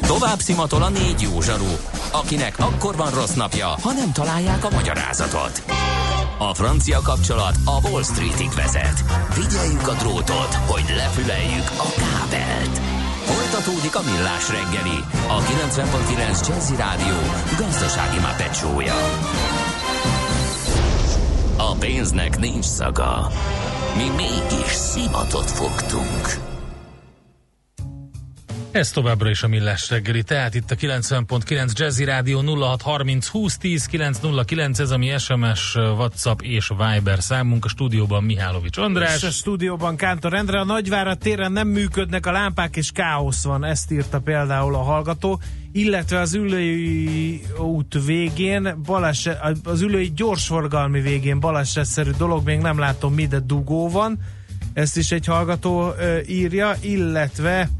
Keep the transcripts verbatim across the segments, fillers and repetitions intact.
Tovább szimatol a négy jó zsaru, akinek akkor van rossz napja, ha nem találják a magyarázatot. A francia kapcsolat a Wall Streetig vezet. Figyeljük a drótot, hogy lefüleljük a kábelt. Folytatódik a Millás reggeli, a kilencven pont kilenc Jazzy Rádió gazdasági Muppet show-ja. A pénznek nincs szaga. Mi mégis szimatot fogtunk. Ez továbbra is a Millás reggeli, tehát itt a kilencven pont kilenc Jazzy Rádió nulla hat harminc húsz tíz kilenc nulla kilenc, ez a mi es em es, WhatsApp és Viber számunk, a stúdióban Mihálovics András. És a stúdióban Kántor Endre. A Nagyvárad téren nem működnek a lámpák és káosz van, ezt írta például a hallgató, illetve az Üllői út végén, baleset, az Üllői gyorsforgalmi végén balesetszerű dolog, még nem látom mi, de dugó van, ezt is egy hallgató ö, írja, illetve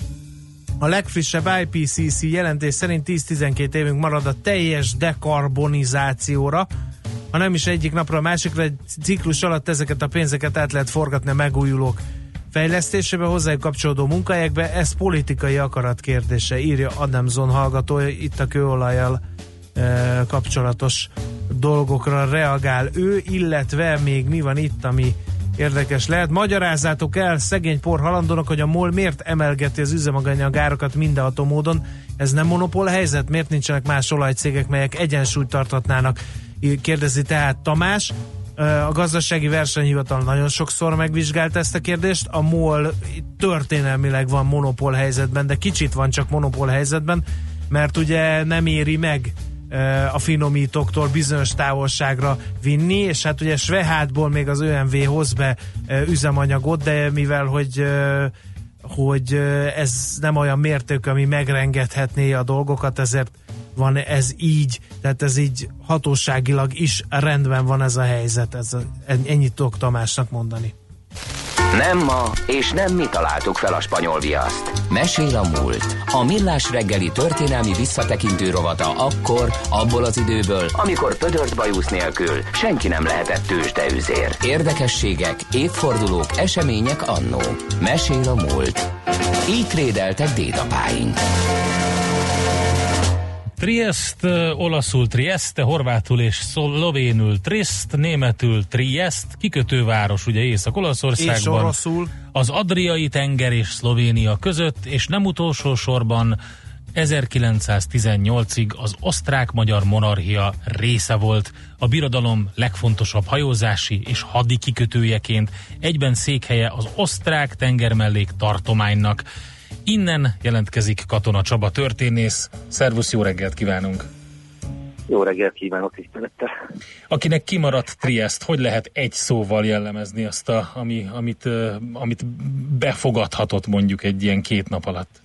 a legfrissebb i pé cé cé jelentés szerint tíz-tizenkét évünk marad a teljes dekarbonizációra, ha nem is egyik napra a másikra, egy ciklus alatt ezeket a pénzeket át lehet forgatni a megújulók fejlesztésébe, hozzájuk kapcsolódó munkahelyekbe, ez politikai akarat kérdése, írja Adamson hallgató, itt a kőolajjal e, kapcsolatos dolgokra reagál ő, illetve még mi van itt, ami érdekes lehet. Magyarázzátok el szegény por halandónak, hogy a MOL miért emelgeti az üzemanyag árakat mindenható módon. Ez nem monopól helyzet? Miért nincsenek más olajcégek, melyek egyensúlyt tarthatnának? Kérdezi tehát Tamás. A gazdasági versenyhivatal nagyon sokszor megvizsgált ezt a kérdést. A MOL történelmileg van monopól helyzetben, de kicsit van csak monopól helyzetben, mert ugye nem éri meg a finomítóktól bizonyos távolságra vinni, és hát ugye Svehádból még az ö em vé hoz be üzemanyagot, de mivel hogy, hogy ez nem olyan mértékű, ami megrengethetné a dolgokat, ezért van ez így, tehát ez így hatóságilag is rendben van ez a helyzet, ez a, ennyit tudok Tamásnak mondani. Nem ma, és nem mi találtuk fel a spanyol viaszt. Mesél a múlt. A Millás reggeli történelmi visszatekintő rovata akkor, abból az időből, amikor pödört bajusz nélkül senki nem lehetett tőzsdeüzér. Érdekességek, évfordulók, események annó. Mesél a múlt. Így trédeltek dédapáink. Triest, olaszul Trieste, horvátul és szlovénul Triest, németül Triest, kikötőváros ugye Észak-Olaszországban. És oroszul. Az Adriai tenger és Szlovénia között, és nem utolsó sorban ezerkilencszáztizennyolcig az osztrák-magyar monarchia része volt, a birodalom legfontosabb hajózási és hadi kikötőjeként, egyben székhelye az osztrák tengermellék tartománynak. Innen jelentkezik Katona Csaba történész. Szervusz, jó reggelt kívánunk! Jó reggelt kívánok, tisztelettel! Akinek kimaradt Triest, hogy lehet egy szóval jellemezni azt, a, ami, amit, amit befogadhatott mondjuk egy ilyen két nap alatt?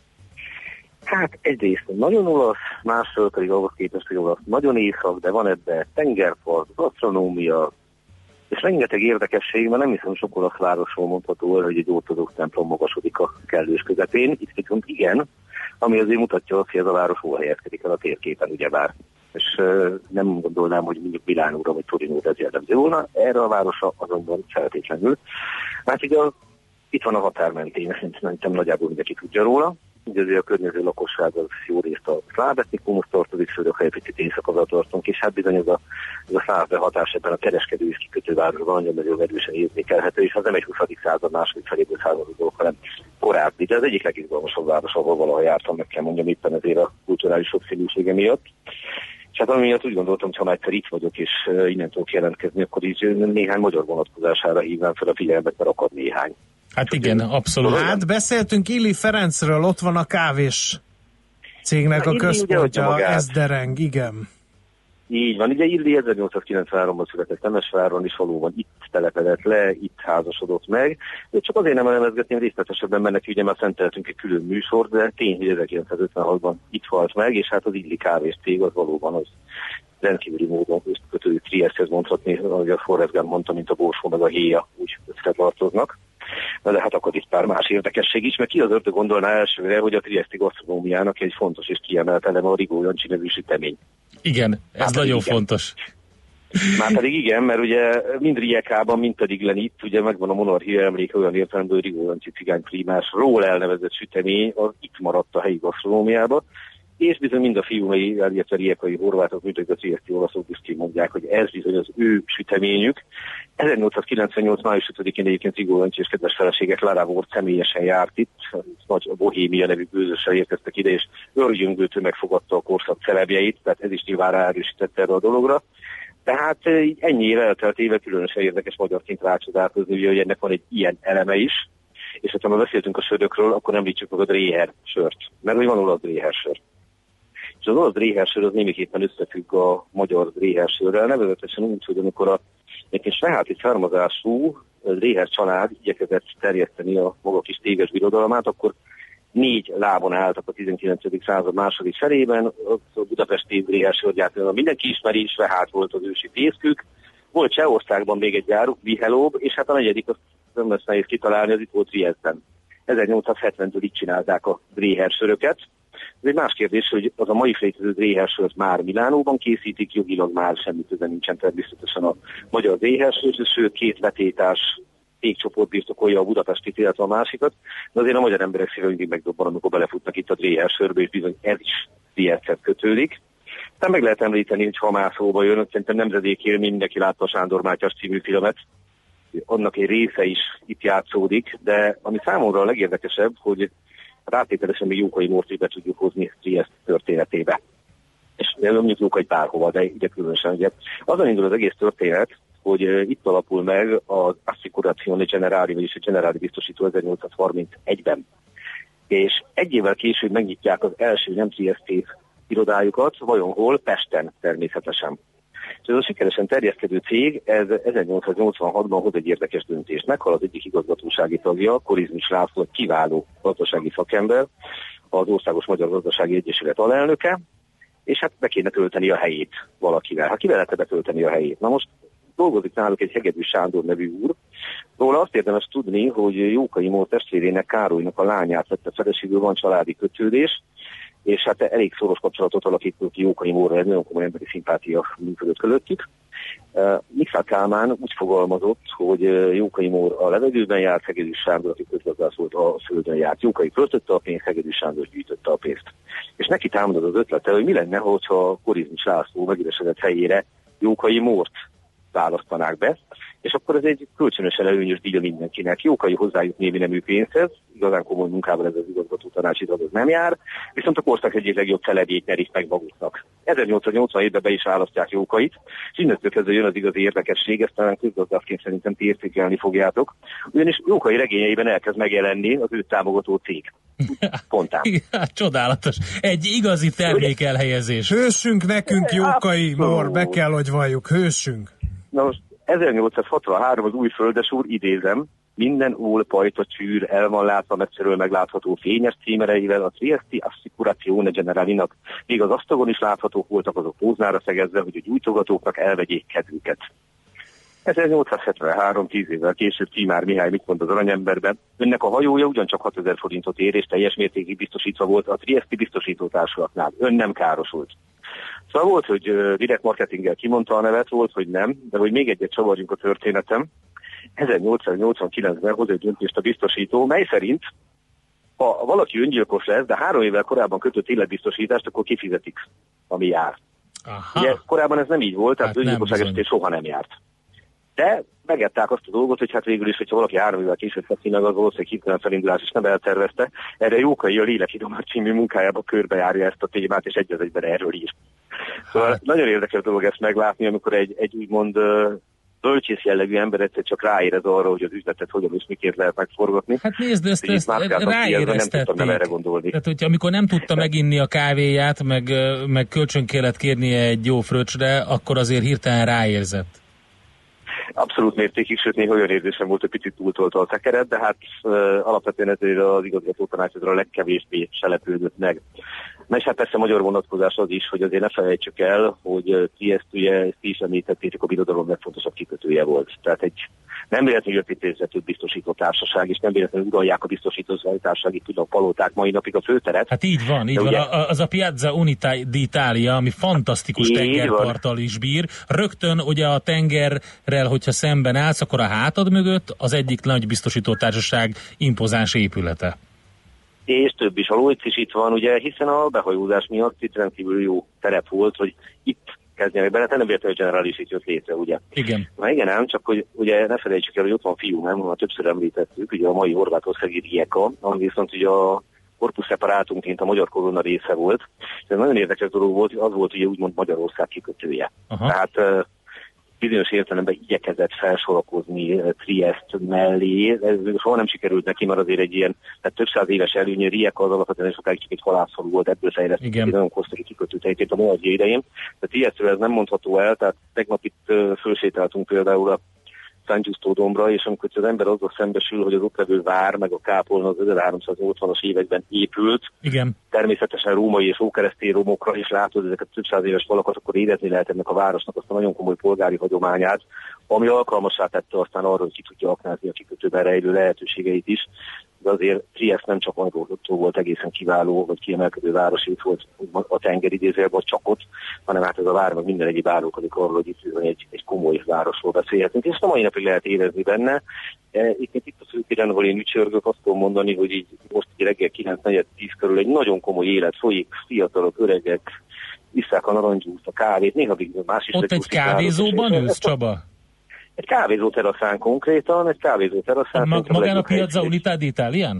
Hát egyrészt nagyon olasz, másról pedig ahhoz képest, hogy olasz nagyon észak, de van ebben tengerpart, gasztronómia, és rengeteg érdekesség, mert nem hiszem sok olasz városról mondható, hogy egy ortodox templom magasodik a kellős közepén. Itt viszont igen, ami azért mutatja azt, hogy ez a város hol helyezkedik el a térképen, ugyebár. És uh, nem gondolnám, hogy mondjuk Milánóra vagy Torinóra ez jellemző volna, erre a városra azonban feltétlenül. Hát ugye a, itt van a határ mentén, szerintem nagyjából mindenki tudja róla. Ugye azért a környező lakosság az jó részt a szláv etnikumhoz tartozik, főleg ha egy picit éjszakra tartunk, és hát bizony ez a, ez a szláv behatás ebben a kereskedő és kikötővárosban nagyon erősen érzékelhető, és az nem egy huszadik század, második feléből századok dolog, hanem korábbi. De az egyik legizgalmasabb város, ahol valaha jártam, meg kell mondjam, éppen ezért a kulturális sokszínűsége miatt. És hát ami miatt úgy gondoltam, hogy ha már egyszer itt vagyok, és innen tudok jelentkezni, akkor így néhány magyar vonatkozására hívnám fel a figyelmet, mert akad néhány. Hát igen, abszolút. Hát beszéltünk Illy Ferencről, ott van a kávés cégnek a központja, Eszdereng, igen. Így van, ugye Illy ezernyolcszázkilencvenháromban született Temesváron, és valóban itt telepedett le, itt házasodott meg. De csak azért nem elemezgetném részletesebben, mert neki ugye már szenteltünk egy külön műsor, de tény, hogy ezerkilencszázötvenhatban itt halt meg, és hát az Illy kávés cég az valóban az rendkívüli módon kötődik Triesthez mondhatni, ahogy a Forrest Gump mondta, mint a Borsó meg a héja, úgy összetartoznak. De hát akkor itt pár más érdekesség is, mert ki az ördög gondolná elsőre, hogy a trieszti gasztronómiának egy fontos és kiemelt eleme a Rigó Jancsi nevű sütemény. Igen, ez hát nagyon igen. fontos. Már pedig igen, mert ugye mind Rijekában, mind pedig Lenitt, ugye megvan a monarchia emléke olyan értelemben, hogy Rigó Jancsi cigány klímásról elnevezett sütemény, az itt maradt a helyi gasztronómiába, és bizony mind a fiumai, illetve riekai horvátok, mint a trieszti olaszok is kimondják, hogy ez bizony az ő süteményük. ezernyolcszázkilencvennyolc. május ötödikén egyébként Rigó Jancsi és kedves felesége Klára Ward személyesen járt itt, nagy Bohémia nevű gőzössel érkeztek ide, és örgyöngő tömeg fogadta a korszak celebjeit, tehát ez is nyilván ráerősítette erre a dologra. Tehát így ennyire eltelt éve különösen érdekes magyarként rácsodálkozni, hogy ennek van egy ilyen eleme is, és ha beszéltünk a sörökről, akkor említsük meg a Dréher sört, mert hogy van olasz Dréher sör. És az olasz Dréher sör az némiképpen összefügg a magyar Dréher sörrel, nevezetesen úgy, hogy amikor a egyébként svájci származású Dréher család igyekezett terjeszteni a maga kis téges birodalmát, akkor négy lábon álltak a tizenkilencedik század második felében, a budapesti Dréher sörgyártónak mindenki ismeri, Svehát volt az ősi fészkük, volt Csehországban még egy gyáruk, Michelob, és hát a negyedik, azt nem lesz nehéz kitalálni, az itt volt Triesztben. ezernyolcszázhetventől itt csinálták a Dréher söröket. Ez egy más kérdés, hogy az a mai létező Dréher sört már Milánóban készítik, jogilag már semmi köze nincsen természetesen a magyar Dréher sört, sőt két vetétás cégcsoport birtokolja a budapesti, illetve a másikat, de azért a magyar emberek szíve mindig megdobban, amikor belefutnak itt a Dréher sörbe, és bizony ez is Trieszthez kötődik. Tehát meg lehet említeni, hogy ha már szóba jön, szerintem nemzedékélmény, mindenki látta a Sándor Mátyás című filmet, annak egy része is itt játszódik, de ami számomra a legérdekesebb, hogy rátételesen még Jókai Mórcsit be tudjuk hozni Trieszt történetébe. És mondjuk Jókai bárhova, de ugye különösen ugye. Azon indul az egész történet, hogy itt alapul meg az Assicurazione Generali, vagyis a Generali biztosító ezernyolcszázharmincegyben. És egy évvel később megnyitják az első nem trieszti irodájukat, vajon hol? Pesten természetesen. És ez a sikeresen terjeszkedő cég, ez ezernyolcszáznyolcvanhatban hoz egy érdekes döntést. Meghal az egyik igazgatósági tagja, Korizmis László, kiváló gazdasági szakember, az Országos Magyar Gazdasági Egyesület alelnöke, és hát be kéne tölteni a helyét valakivel. Hát kivel lehet betölteni a helyét? Na most dolgozik náluk egy Hegedű Sándor nevű úr. Róla azt érdemes tudni, hogy Jókai Mór testvérének, Károlynak a lányát vette feleségül, van családi kötődés, és hát elég szoros kapcsolatot alakított ki Jókai Mórral, egy nagyon komoly emberi szimpátia működött közöttük. Uh, Miklós Kálmán úgy fogalmazott, hogy Jókai Mór a levegőben járt, Hegedű Sándor, aki közgazdász volt, a földön járt. Jókai költötte a pénzt, Hegedű Sándor gyűjtötte a pénzt. És neki támadott az ötlete, hogy mi lenne, hogyha Korizmis László megüresedett helyére Jókai Mórt választanák be, és akkor ez egy kölcsönösen előnyös díja mindenkinek. Jókai hozzájut némi nemű pénzhez, igazán komoly munkával ez az igazgató tanácsi az nem jár, viszont a korszak egyik legjobb celebjét nyerik meg maguknak. ezernyolcszáznyolcvanhétben be is választják Jókait, és innentől kezdve jön az igazi érdekesség, ezt talán közgazdászként szerintem ti értékelni fogjátok, ugyanis Jókai regényeiben elkezd megjelenni az őt támogató cég. Pontán. Csodálatos. Egy igazi termékelhelyezés. Hősünk nekünk, Jókai Mór, be kell, hogy valljuk, hősünk. Na most ezernyolcszázhatvanhárom az új földesúr, idézem, minden ól, pajta, csűr, el van látva, messziről meglátható fényes címereivel a Triesti Assicurazione Generalinak. Még az asztagon is láthatók voltak azok póznára szegezve, hogy a gyújtogatóknak elvegyék kedvüket. ezernyolcszázhetvenhárom, tíz évvel később Tímár Mihály mit mond az Aranyemberben? Önnek a hajója ugyancsak hatezer forintot ér, és teljes mértékig biztosítva volt a Triesti biztosítótársulatnál. Ön nem károsult. Szóval volt, hogy uh, direkt marketinggel kimondta a nevet, volt, hogy nem, de hogy még egyet csavarjunk a történetem. ezernyolcszáznyolcvankilencben hoz egy döntést a biztosító, mely szerint, ha valaki öngyilkos lesz, de három évvel korábban kötött életbiztosítást, akkor kifizetik, ami jár. Aha. Ugye korábban ez nem így volt, tehát Hát öngyilkosság esetén soha nem járt. De megetták azt a dolgot, hogy hát végül is, hogyha valaki három évvel később teszi meg, az valószínűleg hirtelen felindulás is nem eltervezte. Erre Jókai a Lélekidomár című munkájába körbejárja ezt a témát, és egy az egyben erről ír. Szóval hát. Nagyon érdekes dolog ezt meglátni, amikor egy, egy úgymond bölcsész jellegű ember egyszer csak ráérez arra, hogy az üzletet hogyan és miként lehet megforgatni. Hát nézd, ezt, ezt ráéreztették. Nem erre gondolni. Tehát, hogyha amikor nem tudta meginni a kávéját, meg, meg kölcsön kellett kérnie egy jó fröccsre, akkor azért hirtelen ráérzett. Abszolút mértékig, sőt néha olyan érzésem volt, hogy picit túltolta a tekeret, de hát uh, alapvetően ezért az igazgató tanácsadóra a legkevésbé se lepődött meg. Na és hát persze magyar vonatkozás az is, hogy azért ne felejtsük el, hogy Triest ugye, ezt is említettétek, a birodalom legfontosabb kikötője volt. Tehát egy nem véletlenül öt biztosító társaság, és nem véletlenül uralják a biztosító társaság, itt tudnak palóták mai napig a főteret. Hát így van, így van. Ugye, A, az a Piazza Unita d'Italia, ami fantasztikus tengerparttal is bír. Rögtön ugye a tengerrel, hogyha szemben állsz, akkor a hátad mögött az egyik nagy biztosító társaság impozáns épülete. És több is, a Lloyds is itt van, ugye, hiszen a behajózás miatt itt rendkívül jó terep volt, hogy itt kezdjenek bele, nem véletlenül Generális itt jött létre, ugye. Igen. Na igen, ám, csak hogy ugye ne felejtsük el, hogy ott van fiú, nem, ha többször említettük, ugye a mai horvátországi Rijeka, ami viszont ugye a Corpus Separatumként a magyar korona része volt. Ez nagyon érdekes dolog volt, az volt ugye úgymond Magyarország kikötője. Aha. Tehát bizonyos értelemben igyekezett felsorakozni Triest mellé. Ez soha nem sikerült neki, mert azért egy ilyen, tehát több száz éves előnyű Rijeka az alapvetően sokáig csak egy halászfalu volt, ebből fejlesztett egy nagyon kosztali kikötőt egyébként a monarchia idején. De Triestről ez nem mondható el, tehát tegnap itt fölsétáltunk például a San Giusto dombra, és amikor az ember azzal szembesül, hogy az ott levő vár, meg a kápolna az ezerháromszáznyolcvanas években épült, igen. Természetesen római és ókeresztény romokra, és látod ezeket több száz éves falakat, akkor érezni lehet ennek a városnak azt a nagyon komoly polgári hagyományát, ami alkalmassá tette aztán arra, hogy ki tudja aknázni a kikötőben rejlő lehetőségeit is. De azért Triest nem csak angoltól volt egészen kiváló, vagy kiemelkedő város, itt volt a tenger idézőjelben, vagy csak ott, hanem hát ez a vár, meg minden egyéb árulkodik arról, hogy itt egy, egy komoly városról beszélhetünk. És ezt a mai napig lehet érezni benne. Itt, itt a főtéren, ahol én ücsörgök, azt tudom mondani, hogy így most egy reggel kilenc negyven tíz körül egy nagyon komoly élet folyik, fiatalok, öregek, isszák a narancsút, a kávét, néha még más is. Ott egy kávézóban ülsz, Csaba? Egy kávézó teraszán konkrétan, egy kávézó teraszán. Mag, magán a Piazza Unita d'Italián?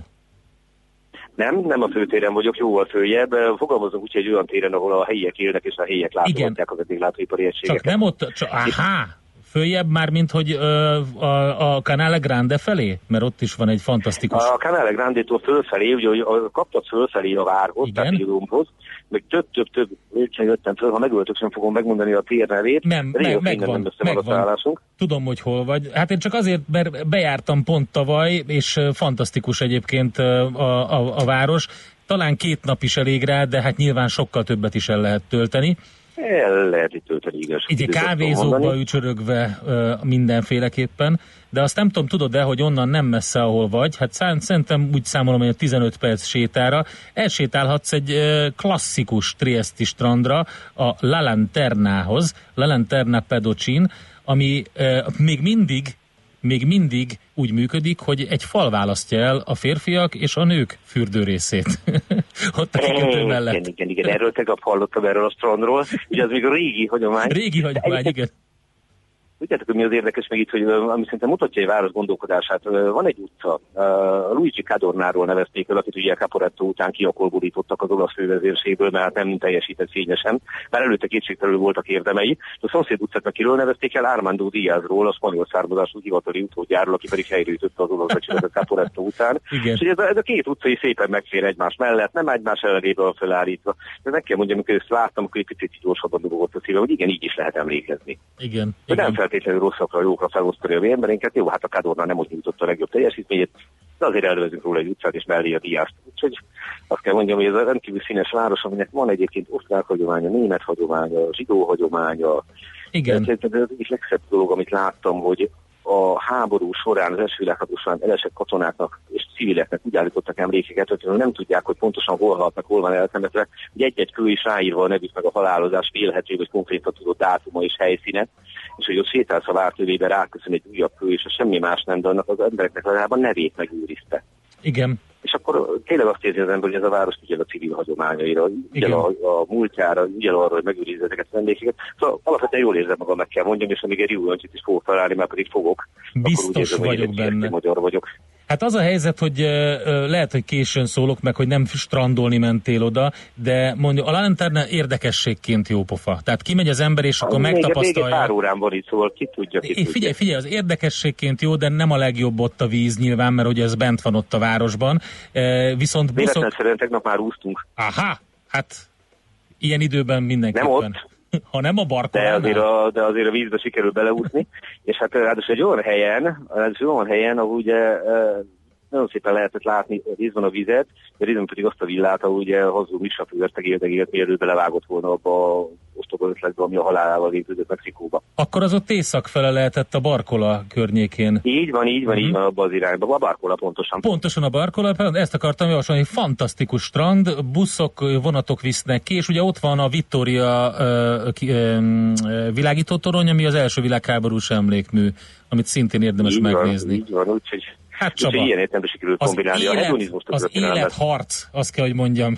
Nem, nem a főtéren vagyok, jóval följebb. Fogalmazunk úgy, egy olyan téren, ahol a helyiek élnek, és a helyiek látogatják az vendéglátóipari egységeket. Csak nem ott, csak, aha, följebb már, mint hogy ö, a, a Canale Grande felé? Mert ott is van egy fantasztikus... A Canale Grande-tól fölfelé, ugye kaptad fölfelé a várhoz, igen. tehát a dombhoz, meg több-több-több lépcsőn jöttem föl, ha megöltök, sem fogom megmondani a tér nevét. Nem, meg, megvan, megvan. Tudom, hogy hol vagy. Hát én csak azért, mert bejártam pont tavaly, és fantasztikus egyébként a, a, a város. Talán két nap is elég rá, de hát nyilván sokkal többet is el lehet tölteni. El lehet itt tölteni, igaz. Így kávézókba ücsörögve uh, mindenféleképpen, de azt nem tudom, tudod-e, hogy onnan nem messze, ahol vagy, hát szerintem úgy számolom, hogy a tizenöt perc sétára elsétálhatsz egy uh, klasszikus triesti strandra, a La Lanternához, La Lanterna Pedocin, ami uh, még mindig még mindig úgy működik, hogy egy fal választja el a férfiak és a nők fürdőrészét. Ott a kikötő mellett. Igen, igen, igen, erről tegnap hallottam erről a strandról. Ugye az még a régi hagyomány. Régi hagyomány, igen. Tudjátok, hogy mi az érdekes még itt, hogy ami szerintem mutatja egy város gondolkodását. Van egy utca, a Luigi Cadornáról nevezték el, akit ugye Caporetto után kiakolborítottak az olasz fővezérségből, mert nem teljesített fényesen. Már előtte kétségtelenül voltak érdemei. A szomszéd utcát meg kiről nevezték el? Armando Díazról, a spanyol származású hivatali utódjáról, aki pedig helyreütötte az olasz becsületet Caporetto után. Igen. És ugye ez a, ez a két utca is szépen megfér egymás mellett, nem egymás ellenéből felállítva. De meg kell mondjam, amikor ezt láttam, akkor egy picit gyorsabban dobogott a szívem, hogy igen, így is lehet emlékezni. Igen. De nem feltétlenül rosszakra, jókra felosztani a emberénket. Jó, hát a Cadorna nem úgy nyújtotta a legjobb teljesítményét, de azért elvezünk róla egy utcát és mellé a Díazt. Úgyhogy azt kell mondjam, hogy ez a rendkívül színes város, aminek van egyébként osztrák hagyománya, német hagyománya, zsidó hagyománya. Igen. Ez az egyik legszebb dolog, amit láttam, hogy a háború során, az első világháború során elesett katonáknak és civileknek úgy állítottak emlékeket, hogy nem tudják, hogy pontosan hol haltak, hol van eltemetve, hogy egy-egy kő is ráírva a nevük, meg a halálozás vélhető, vagy konkrétan tudott dátuma és helyszíne, és hogy ott sétálsz a vártövében, ráköszön egy újabb kő, és semmi más nem, de annak az embereknek legalább a nevét megőrizte. Igen. És akkor tényleg azt érzi az ember, hogy ez a város ügyel a civil hagyományaira, ügyel a, a múltjára, ügyel arra, hogy megőrizze ezeket az emlékeket. Szóval alapvetően jól érzem magam, meg kell mondjam, és amíg egy Riujancsit is fogok találni, már pedig fogok. Biztos érzem, vagyok benne. Magyar vagyok. Hát az a helyzet, hogy uh, lehet, hogy későn szólok meg, hogy nem strandolni mentél oda, de mondjuk a Lanterna érdekességként jó pofa. Tehát kimegy az ember, és akkor még, megtapasztalja. Még egy pár órán van itt, szóval ki tudja, ki figyelj, tudja. Figyelj, az érdekességként jó, de nem a legjobb ott a víz nyilván, mert ugye ez bent van ott a városban. Uh, viszont buszok... Véletlenszerűen tegnap már úsztunk. Aha, hát ilyen időben mindenképpen. Nem ott. Ha nem a barkon. De azért a, de azért a vízbe sikerül beleúszni, és hát ráadásul egy olyan helyen, ráadásul olyan helyen, ahol ugye nagyon szépen lehetett látni részben a vizet, de részben pedig azt a villát, ahol ugye Hazó Misra fővesztegéldegélt, mielőtt belevágott volna abba a ostoba ötletbe, ami a halálával végződött Mexikóba. Akkor az ott észak fele lehetett a Barcola környékén. Így van, így van, uh-huh. így van abban az irányban. A Barcola pontosan. Pontosan a Barcola, ezt akartam javasolni, fantasztikus strand, buszok, vonatok visznek ki, és ugye ott van a Victoria uh, ki, um, világítótorony, ami az első világháborús emlékmű, amit szintén érdemes így megnézni. Van, így van, úgyhogy hát Csaba, úgy, ilyen értelemben sikerült kombinálni élet, a hedonizmust. Az életharc, azt kell, hogy mondjam.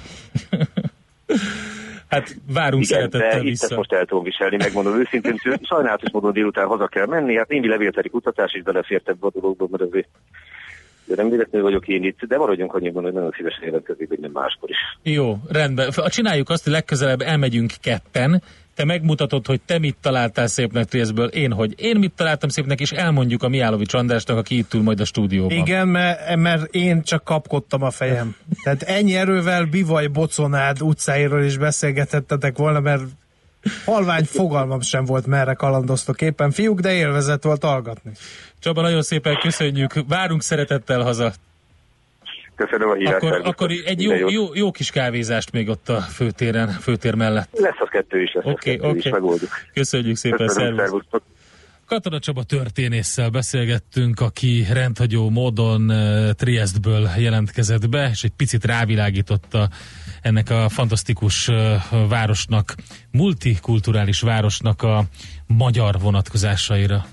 Hát várunk igen, szeretettel de vissza. Itt most el tudom viselni, megmondom őszintén, sajnálatos módon délután haza kell menni, hát némi levélteli kutatás is belefért ebbe a dologba, mert azért de nem véletlenül vagyok én itt, de maradjunk annyiban, hogy nagyon szívesen jelentkezik, hogy nem máskor is. Jó, rendben. Csináljuk azt, hogy legközelebb elmegyünk ketten, te megmutatod, hogy te mit találtál szépnek Trieszből, én, hogy én mit találtam szépnek, és elmondjuk a Mihálovics Andrásnak, aki itt ül majd a stúdióban. Igen, mert, mert én csak kapkodtam a fejem. Tehát ennyi erővel Bivaj Boconád utcáiról is beszélgetettetek volna, mert halvány fogalmam sem volt, merre kalandoztok éppen, fiúk, de élvezett volt hallgatni. Csaba, nagyon szépen köszönjük, várunk szeretettel haza. Köszönöm a hírást. Akkor, akkor egy jó, jó, jó kis kávézást még ott a főtéren, főtér mellett. Lesz az kettő is, lesz okay, az kettő okay. is, megoldjuk. Köszönjük szépen, szervusz. Katona Csaba történésszel beszélgettünk, aki rendhagyó módon uh, Triesztből jelentkezett be, és egy picit rávilágította ennek a fantasztikus uh, városnak, multikulturális városnak a magyar vonatkozásaira.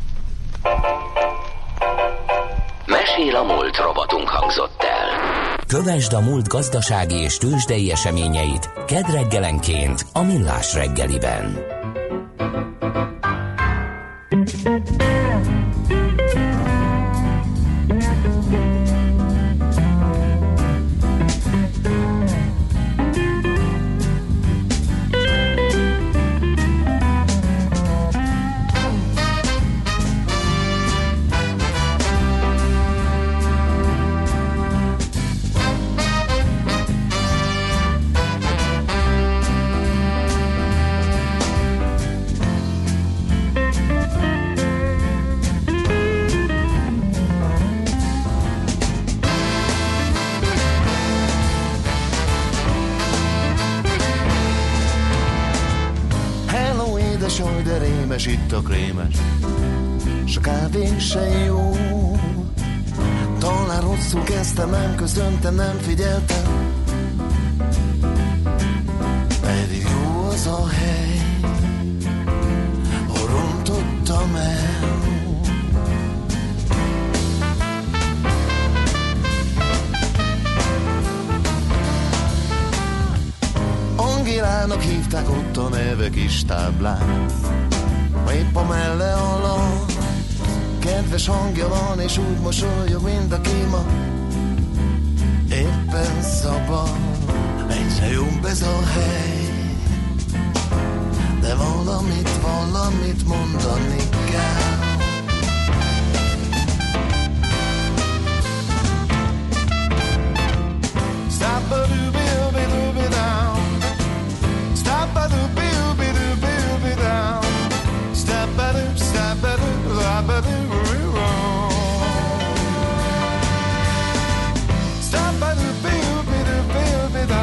Mesél a múlt robotunk hangzott el. Kövesd a múlt gazdasági és tőzsdei eseményeit kedd reggelenként a Millás reggeliben. Itt a krémes, s a kávé se jó. Talán rosszul kezdtem, nem köszöntem, nem figyeltem, pedig jó az a hely, hol rontottam el. Angélának hívták ott a neve kis táblán, épp a melle alatt kedves hangja van, és úgy mosolyog, mint a kéma. Éppen szabad, egyre jobb ez a hely, de valamit, valamit mondani kell. Stop a doobie doobie down, stop a doobie doobie down. Stop-a-doo, stop-a-doo, la-ba-doo-roo-roo. Stop-a-doo-bee-doo-bee-doo-bee-doo-bee-da.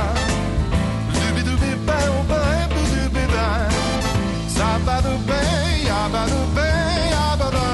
Doo-bee-doo-bee-ba-ba-ba-doo-bee-da. Stop-a-doo-bee-ya-ba-doo-bee-ya-ba-da.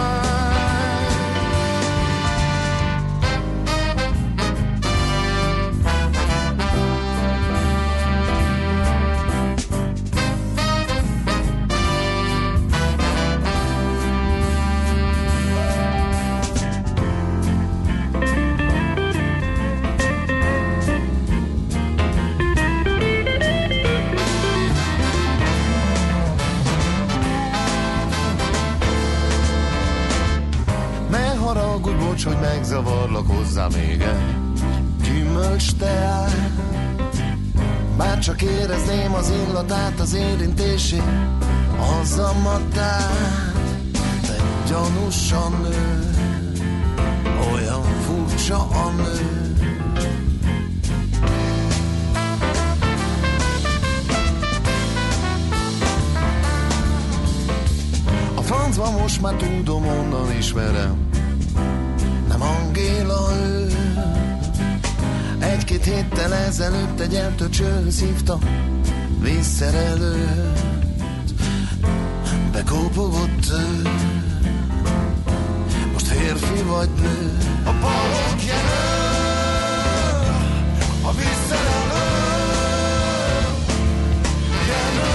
Bocs, hogy megzavarlak, hozzá még egy gyümölcs teát. Bár csak érezném az illatát, az érintését, az a matát. Te gyanúsan nő, olyan furcsa a nő. A francban most már tudom, onnan ismerem, nem Angéla ő, Egy-két héttel ezelőtt egy eltöcsőhöz hívta vízszerelőt. Bekópogott ő, most férfi vagy nő. A balok jelöl, a vízszerelő jelöl.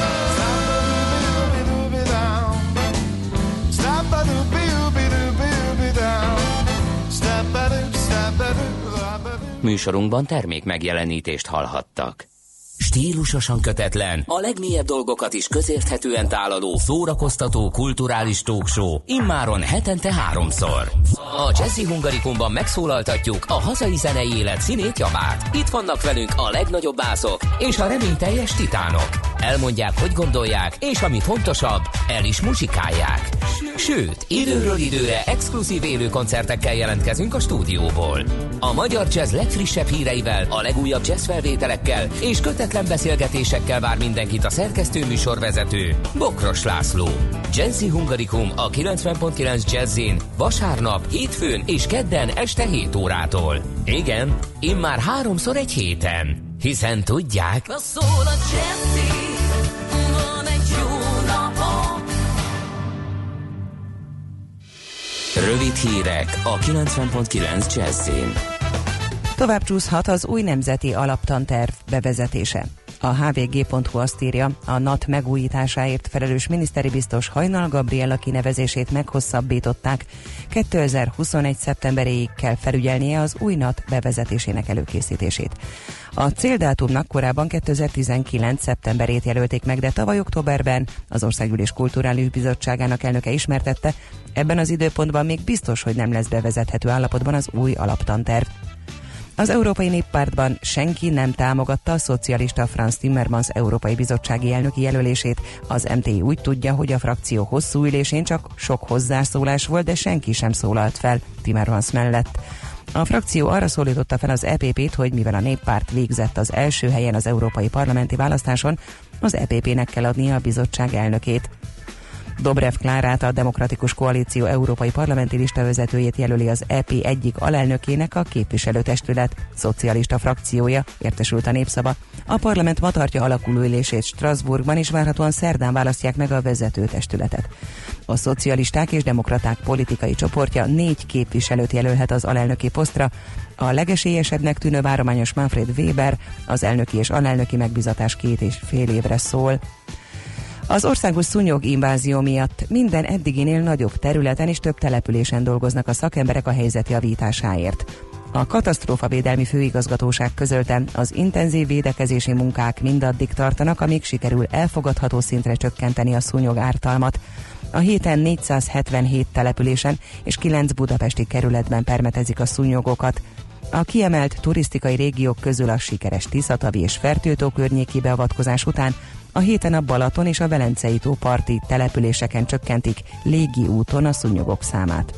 Műsorunkban termék megjelenítést hallhattak. Stílusosan kötetlen, a legmélyebb dolgokat is közérthetően tálaló, szórakoztató, kulturális talkshow, immáron hetente háromszor. A Jazzy Hungarikumban megszólaltatjuk a hazai zenei élet színét, javát. Itt vannak velünk a legnagyobb bászok és a reményteljes titánok. Elmondják, hogy gondolják, és ami fontosabb, el is muzsikálják. Sőt, időről időre exkluzív élő koncertekkel jelentkezünk a stúdióból. A magyar jazz legfrissebb híreivel, a legújabb jazz felvételekkel és kötetlen beszélgetésekkel vár mindenkit a szerkesztő műsorvezető, Bokros László. Jazzy Hungarikum a kilencven pont kilenc Jazzin vasárnap, hétfőn és kedden este hét órától. Igen, immár háromszor egy héten. Hiszen tudják... Szól a Jazzy, van egy jó napom. Rövid hírek a kilencven pont kilenc Jazzin. Tovább csúszhat az új nemzeti alaptanterv bevezetése. A há vé gé pont hú azt írja, a en á té megújításáért felelős miniszteri biztos Hajnal Gabriella kinevezését meghosszabbították. kétezer-huszonegy szeptemberéig kell felügyelnie az új en á té bevezetésének előkészítését. A céldátumnak korábban kétezer-tizenkilenc szeptemberét jelölték meg, de tavaly októberben az Országgyűlés Kulturális Bizottságának elnöke ismertette, ebben az időpontban még biztos, hogy nem lesz bevezethető állapotban az új alaptanterv. Az Európai Néppártban senki nem támogatta a szocialista Franz Timmermans Európai Bizottsági elnöki jelölését. Az em té i úgy tudja, hogy a frakció hosszú ülésén csak sok hozzászólás volt, de senki sem szólalt fel Timmermans mellett. A frakció arra szólította fel az é pé pét, hogy mivel a néppárt végzett az első helyen az európai parlamenti választáson, az é pé pének kell adnia a bizottság elnökét. Dobrev Klárát, a Demokratikus Koalíció európai parlamenti listavezetőjét jelöli az é pé egyik alelnökének a képviselőtestület szocialista frakciója, értesült a Népszava. A parlament ma tartja alakuló ülését Strasbourgban, és várhatóan szerdán választják meg a vezetőtestületet. A szocialisták és demokraták politikai csoportja négy képviselőt jelölhet az alelnöki posztra. A legesélyesebbnek tűnő várományos Manfred Weber az elnöki és alelnöki megbízatás két és fél évre szól. Az országos szúnyog invázió miatt minden eddiginél nagyobb területen és több településen dolgoznak a szakemberek a helyzet javításáért. A katasztrófavédelmi főigazgatóság közölte, az intenzív védekezési munkák mindaddig tartanak, amíg sikerül elfogadható szintre csökkenteni a szúnyog ártalmat. A héten négyszázhetvenhét településen és kilenc budapesti kerületben permetezik a szúnyogokat. A kiemelt turisztikai régiók közül a sikeres Tiszatavi és Fertőtó környéki beavatkozás után a héten a Balaton és a Velencei tó parti településeken csökkentik légi úton a szúnyogok számát.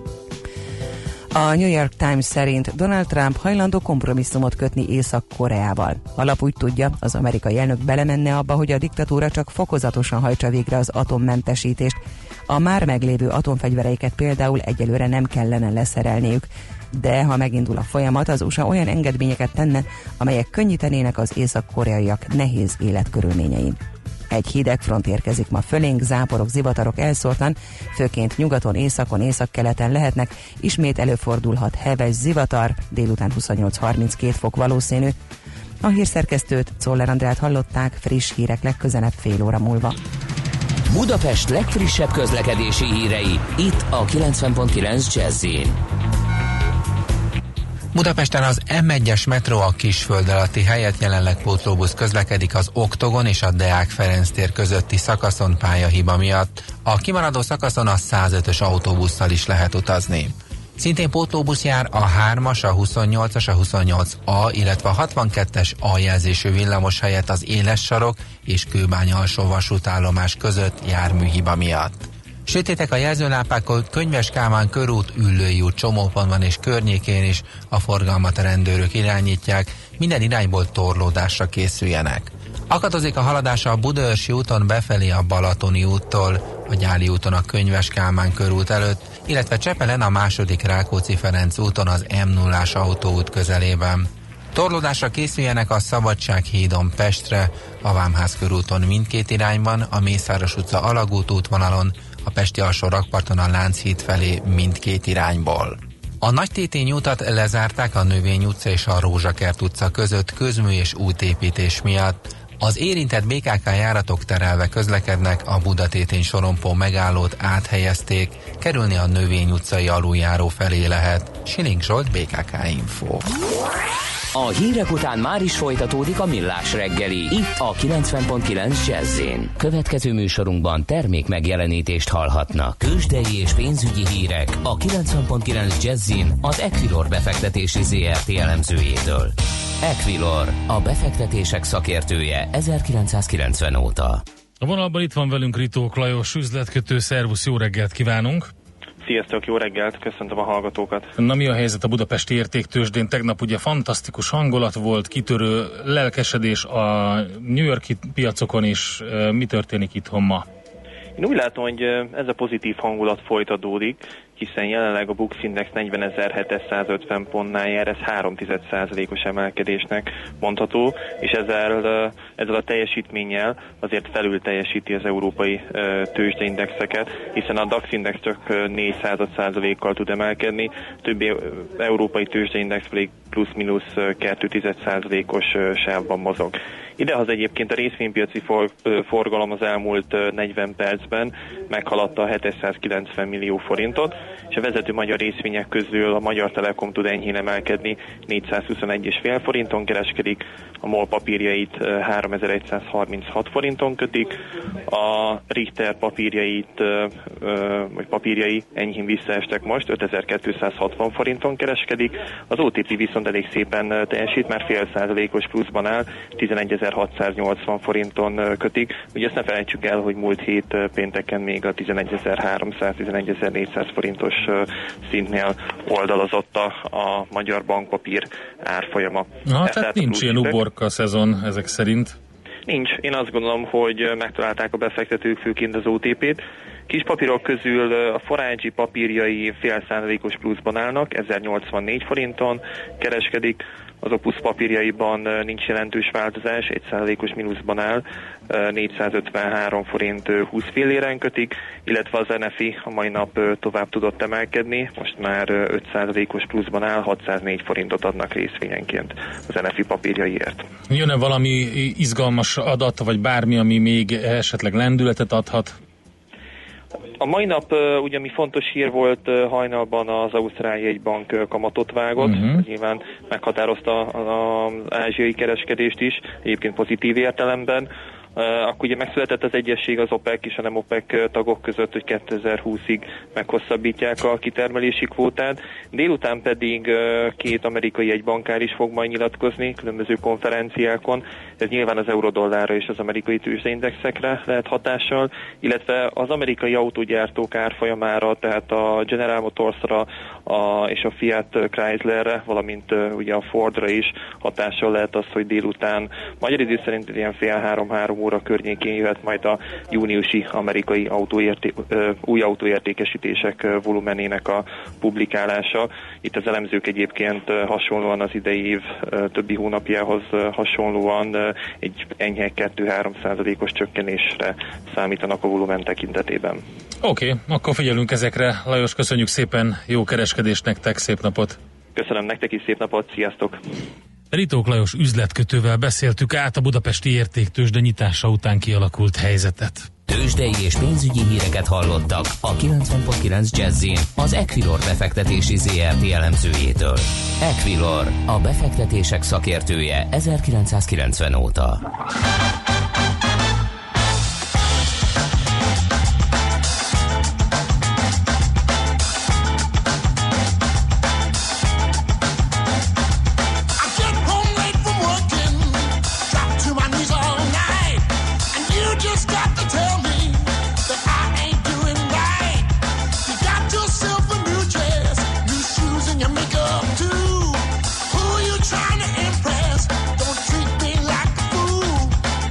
A New York Times szerint Donald Trump hajlandó kompromisszumot kötni Észak-Koreával. A lap úgy tudja, az amerikai elnök belemenne abba, hogy a diktatúra csak fokozatosan hajtsa végre az atommentesítést. A már meglévő atomfegyvereiket például egyelőre nem kellene leszerelniük. De ha megindul a folyamat, az u es á olyan engedményeket tenne, amelyek könnyítenének az észak-koreaiak nehéz életkörülményein. Egy hideg front érkezik ma fölénk, záporok, zivatarok elszórtan, főként nyugaton, északon, északkeleten lehetnek, ismét előfordulhat heves zivatar, délután huszonnyolc harminckét fok valószínű. A hírszerkesztőt, Czoller Andrát hallották, friss hírek legközelebb fél óra múlva. Budapest legfrissebb közlekedési hírei, itt a kilencven pont kilenc Jazzin. Budapesten az em egyes metró a Kisföld alatti helyett jelenleg pótlóbusz közlekedik az Oktogon és a Deák Ferenc tér közötti szakaszon pályahiba miatt. A kimaradó szakaszon a százötös autóbusszal is lehet utazni. Szintén pótlóbusz jár a hármas, a huszonnyolcas, a huszonnyolc A, illetve a hatvankettes A jelzésű villamos helyett az Éles sarok és Kőbánya alsó vasútállomás között járműhiba miatt. Sötétek a jelzőlámpák, Könyves Kálmán körút, Üllői út csomópontban és környékén is, a forgalmat a rendőrök irányítják, minden irányból torlódásra készüljenek. Akadozik a haladás a Budaörsi úton befelé a Balatoni úttól, a Gyáli úton a Könyves Kálmán körút előtt, illetve Csepelen a második Rákóczi Ferenc úton az M nullás autóút közelében. Torlódásra készüljenek a Szabadsághídon Pestre, a Vámház körúton mindkét irányban, a Mészáros utca Alagút útvonalon, a pesti alsó rakparton a Lánchíd felé mindkét irányból. A Nagytétény utat lezárták a Növény utca és a Rózsakert utca között közmű és útépítés miatt. Az érintett bé ká ká járatok terelve közlekednek, a Budatétény sorompó megállót áthelyezték, kerülni a Növény utcai aluljáró felé lehet. Siling Zsolt, bé ká ká Info. A hírek után már is folytatódik a Millás reggeli, itt a kilencven pont kilenc Jazz-én. Következő műsorunkban termék megjelenítést hallhatnak. Tőzsdei és pénzügyi hírek a kilencven pont kilenc Jazz-én az Equilor befektetési zé er té elemzőjétől. Equilor, a befektetések szakértője ezerkilencszázkilencven óta. A vonalban itt van velünk Ritók Lajos, üzletkötő. Szervusz, jó reggelt kívánunk! Sziasztok, jó reggelt, köszöntöm a hallgatókat. Na, mi a helyzet a budapesti értéktőzsdén? Tegnap ugye fantasztikus hangulat volt, kitörő lelkesedés a New York-i piacokon is. Mi történik itthon ma? Én úgy látom, hogy ez a pozitív hangulat folytatódik, hiszen jelenleg a Bux Index negyvenezer-hétszázötven pontnál jár, ez három egész egy százalékos emelkedésnek mondható, és ezzel, ezzel a teljesítménnyel azért felül teljesíti az európai tőzsdeindexeket, hiszen a DAX Index csak négy százalékkal tud emelkedni, többi európai tőzsdeindex pedig plusz-minusz két egész egy százalékos sávban mozog. Idehoz egyébként a részvénypiaci for, forgalom az elmúlt negyven percben meghaladta a hétszázkilencven millió forintot, és a vezető magyar részvények közül a Magyar Telekom tud enyhén emelkedni, négyszázhuszonegy egész öt forinton kereskedik, a MOL papírjait háromezer-egyszázharminchat forinton kötik, a Richter papírjait, vagy papírjai enyhén visszaestek most, ötezer-kétszázhatvan forinton kereskedik, az o té pé viszont elég szépen teljesít, már fél százalékos pluszban áll, tizenegyezer-hatszáznyolcvan forinton kötik. Ugye ezt ne felejtsük el, hogy múlt hét pénteken még a tizenegyezer-háromszáz-tizenegyezer-négyszáz forintos szintnél oldalazott a, a magyar bankpapír árfolyama. Na, tehát, tehát nincs ilyen uborka szezon ezek szerint. Nincs. Én azt gondolom, hogy megtalálták a befektetők főként az o té pét. Kis papírok közül a Forágyi papírjai fél százalékos pluszban állnak, ezernyolcvannégy forinton kereskedik, az Opus papírjaiban nincs jelentős változás, egy százalékos mínuszban áll, négyszázötvenhárom forint húsz filléren kötik, illetve az en ef i a mai nap tovább tudott emelkedni, most már öt százalékos pluszban áll, hatszáznégy forintot adnak részvényenként az en ef i papírjaiért. Jön-e valami izgalmas adat, vagy bármi, ami még esetleg lendületet adhat? A mai nap ugye mi fontos hír volt, hajnalban az ausztráliai egy bank kamatot vágott, uh-huh. nyilván meghatározta az ázsiai kereskedést is, egyébként pozitív értelemben. Akkor ugye megszületett az egyesség az OPEC és a nem OPEC tagok között, hogy kétezer-húszig meghosszabbítják a kitermelési kvótát. Délután pedig két amerikai egybankár is fog majd nyilatkozni különböző konferenciákon. Ez nyilván az eurodollárra és az amerikai tőzsdeindexekre lehet hatással, illetve az amerikai autógyártók árfolyamára, tehát a General Motorsra a, és a Fiat Chryslerre, valamint ugye a Fordra is hatással lehet az, hogy délután magyar idő szerint ilyen fél három-három óra környékén jöhet majd a júniusi amerikai autóérté, új autóértékesítések volumenének a publikálása. Itt az elemzők egyébként hasonlóan az idei év többi hónapjához hasonlóan egy enyhe két-három százalékos csökkenésre számítanak a volumen tekintetében. Oké, okay, akkor figyelünk ezekre. Lajos, köszönjük szépen, jó kereskedést nektek, szép napot! Köszönöm nektek is, szép napot, sziasztok! Ritók Lajos üzletkötővel beszéltük át a budapesti értéktőzsde nyitása után kialakult helyzetet. Tőzsdei és pénzügyi híreket hallottak a kilencven pont kilenc Jazz-in az Equilor befektetési zé er té elemzőjétől. Equilor, a befektetések szakértője ezerkilencszázkilencven óta. Who you trying to impress? Don't treat me like a fool.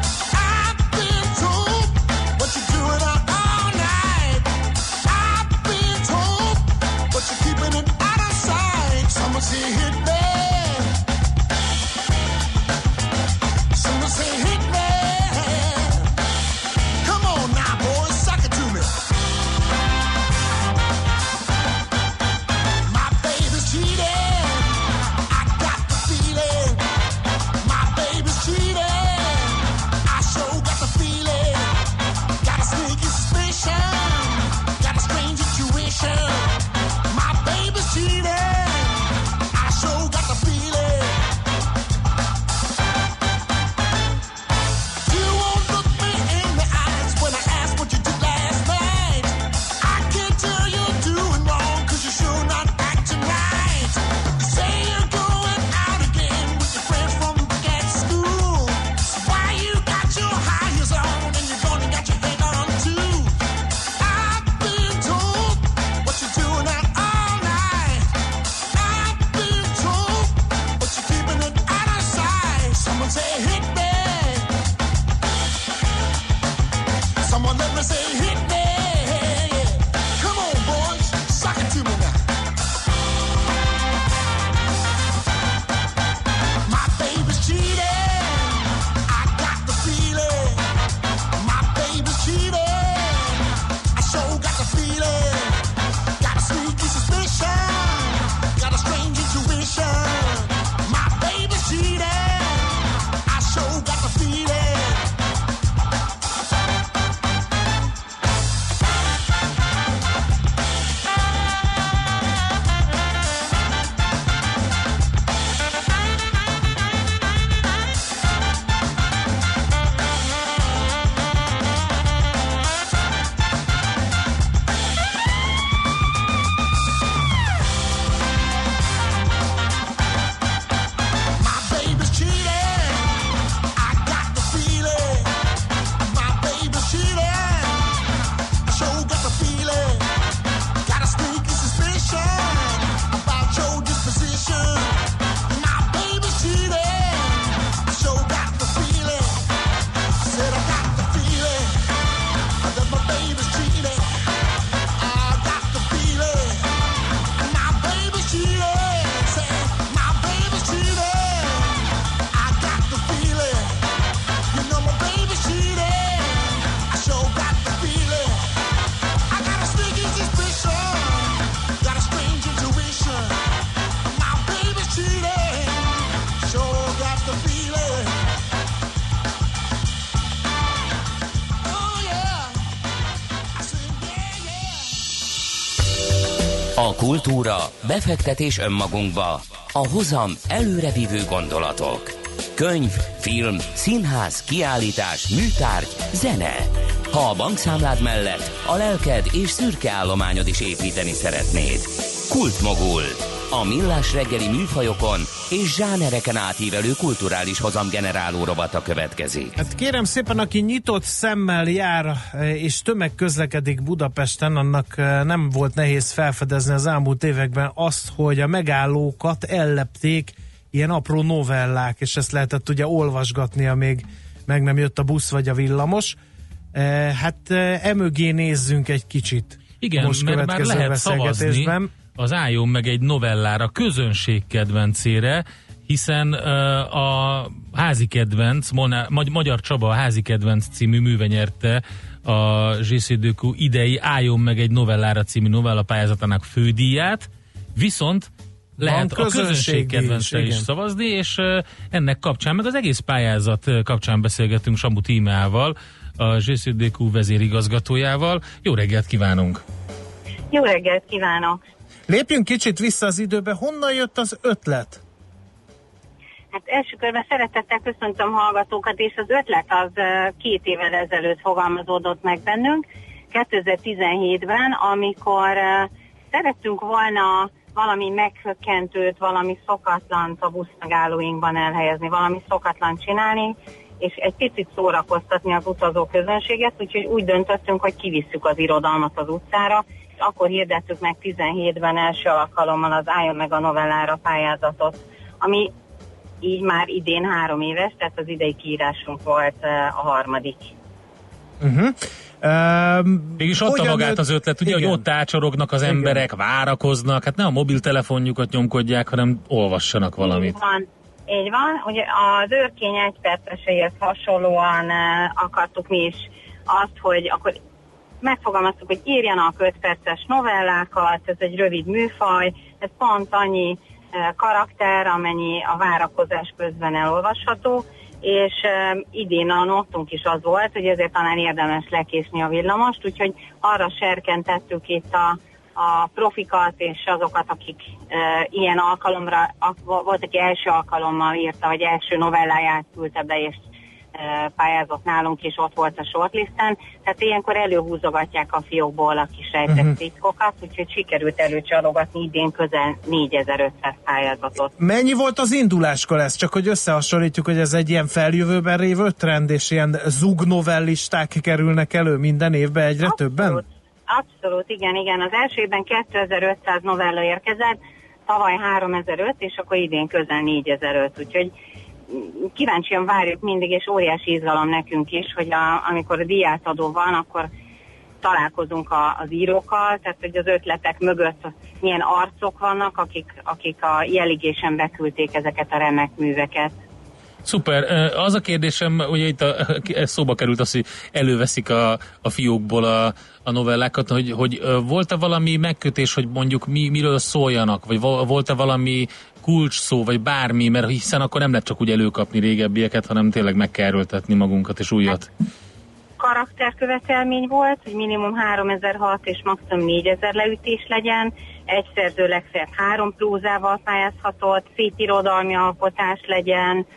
A kultúra, befektetés önmagunkba, a hozam előrevívő gondolatok. Könyv, film, színház, kiállítás, műtárgy, zene. Ha a bankszámlád mellett a lelked és szürke állományod is építeni szeretnéd. Kultmogul. A millás reggeli műfajokon és zsánereken átívelő kulturális hozamgeneráló rovata következik. Hát kérem szépen, aki nyitott szemmel jár és tömegközlekedik Budapesten, annak nem volt nehéz felfedezni az elmúlt években azt, hogy a megállókat ellepték ilyen apró novellák, és ezt lehetett ugye olvasgatni, amíg meg nem jött a busz vagy a villamos. Hát emögé nézzünk egy kicsit. Igen, most mert már lehet szavazni az álljon meg egy novellára közönség kedvencére, hiszen uh, a Házi kedvenc, Molnár, Magyar Csaba a Házi kedvenc című műve nyerte a J C Decaux idei Álljon meg egy novellára című novella pályázatának fődíját, viszont lehet a közönség kedvencre is, is szavazni, és uh, ennek kapcsán, meg az egész pályázat kapcsán beszélgetünk Samu Tímeával, a J C Decaux vezérigazgatójával. Jó reggelt kívánunk! Jó reggelt kívánok! Lépjünk kicsit vissza az időbe. Honnan jött az ötlet? Hát első körben szeretettel köszöntöm hallgatókat, és az ötlet az két évvel ezelőtt fogalmazódott meg bennünk, kétezer-tizenhétben, amikor szerettünk volna valami meghökkentőt, valami szokatlant a buszmegállóinkban elhelyezni, valami szokatlant csinálni, és egy picit szórakoztatni az utazó közönséget, úgyhogy úgy döntöttünk, hogy kivisszük az irodalmat az utcára. Akkor hirdettük meg tizenhétben első alkalommal az Álljon meg a novellára pályázatot, ami így már idén három éves, tehát az idei kiírásunk volt a harmadik. Uh-huh. Um, Mégis adta magát az ötlet, ugye, igen, hogy ott ácsorognak az emberek, igen, várakoznak, hát ne a mobiltelefonjukat nyomkodják, hanem olvassanak valamit. Így van, így van. Ugye az őrkény egyperceseihez hasonlóan uh, akartuk mi is azt, hogy akkor megfogalmaztuk, hogy írjanak öt perces novellákat, ez egy rövid műfaj, ez pont annyi e, karakter, amennyi a várakozás közben elolvasható, és e, idén a nottunk is az volt, hogy ezért talán érdemes lekésni a villamost, úgyhogy arra serkentettük itt a, a profikat és azokat, akik e, ilyen alkalomra, a, volt, aki első alkalommal írta, vagy első novelláját küldte be, és pályázott nálunk, és ott volt a shortlisten, tehát ilyenkor előhúzogatják a fiókból a kis rejtett uh-huh. titkokat, úgyhogy sikerült előcsalogatni idén közel négyezer-ötszáz pályázatot. Mennyi volt az induláskor ez? Csak hogy összehasonlítjuk, hogy ez egy ilyen feljövőben révő trend, és ilyen zugnovellisták kerülnek elő minden évben egyre abszolút, többen? Abszolút, igen, igen. Az első évben kétezer-ötszáz novella érkezett, tavaly háromezer-öt, és akkor idén közel négyezer-öt, úgyhogy kíváncsian várjuk mindig, és óriási izgalom nekünk is, hogy a, amikor a díjátadó van, akkor találkozunk a, az írókkal, tehát hogy az ötletek mögött milyen arcok vannak, akik, akik a jeligésen beküldték ezeket a remek műveket. Szuper. Az a kérdésem, ugye itt a, szóba került az, hogy előveszik a, a fiókból a, a novellákat, hogy, hogy volt-e valami megkötés, hogy mondjuk mi, miről szóljanak, vagy volt-e valami kulcs szó, vagy bármi, mert hiszen akkor nem lehet csak úgy előkapni régebbieket, hanem tényleg meg kell erőltetni magunkat és újat. Karakterkövetelmény volt, hogy minimum háromezer-hat és maximum négyezer leütés legyen, egy szerző legfeljebb három prózával pályázhatott, szépirodalmi alkotás legyen,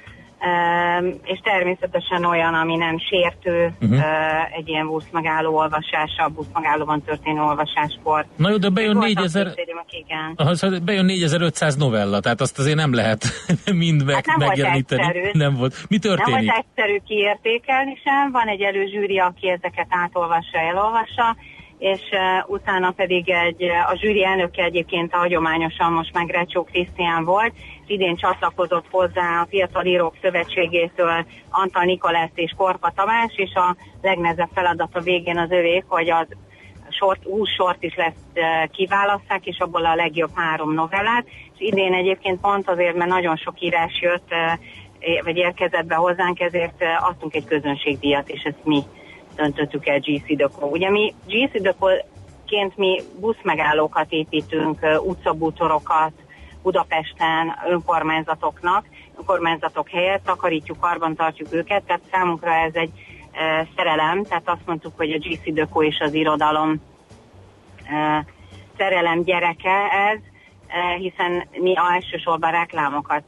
és természetesen olyan, ami nem sértő, uh-huh. egy ilyen buszmegálló olvasása, a buszmegállóban történő olvasáskor. Na jó, de bejön négyezer... bejön négyezer-ötszáz novella, tehát azt azért nem lehet mind meg, hát nem megjeleníteni. Volt egyszerű. Nem volt. Mi történik? Nem volt egyszerű kiértékelni sem, van egy előzsűri, aki ezeket átolvassa, elolvassa, és uh, utána pedig egy, a zsűri elnöke egyébként a hagyományosan most meg Recsó Krisztián volt, és idén csatlakozott hozzá a Fiatal Írók Szövetségétől Antal Nikolett és Korpa Tamás, és a legnehezebb feladat a végén az övék, hogy az sort, húsz sort is lesz uh, kiválaszták, és abból a legjobb három novellát, és idén egyébként pont azért, mert nagyon sok írás jött, uh, vagy érkezett be hozzánk, ezért uh, adtunk egy közönségdíjat, és ezt mi döntöttük el J C Decaux. Ugye mi J C Decaux-ként mi buszmegállókat építünk, utcabútorokat Budapesten önkormányzatoknak, önkormányzatok helyett takarítjuk, karbantartjuk őket, tehát számunkra ez egy e, szerelem, tehát azt mondtuk, hogy a J C Decaux és az irodalom e, szerelem gyereke ez, hiszen mi elsősorban reklámokat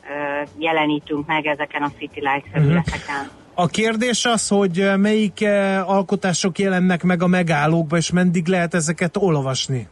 jelenítünk meg ezeken a City Lights felületeken. A kérdés az, hogy melyik alkotások jelennek meg a megállókba, és meddig lehet ezeket olvasni?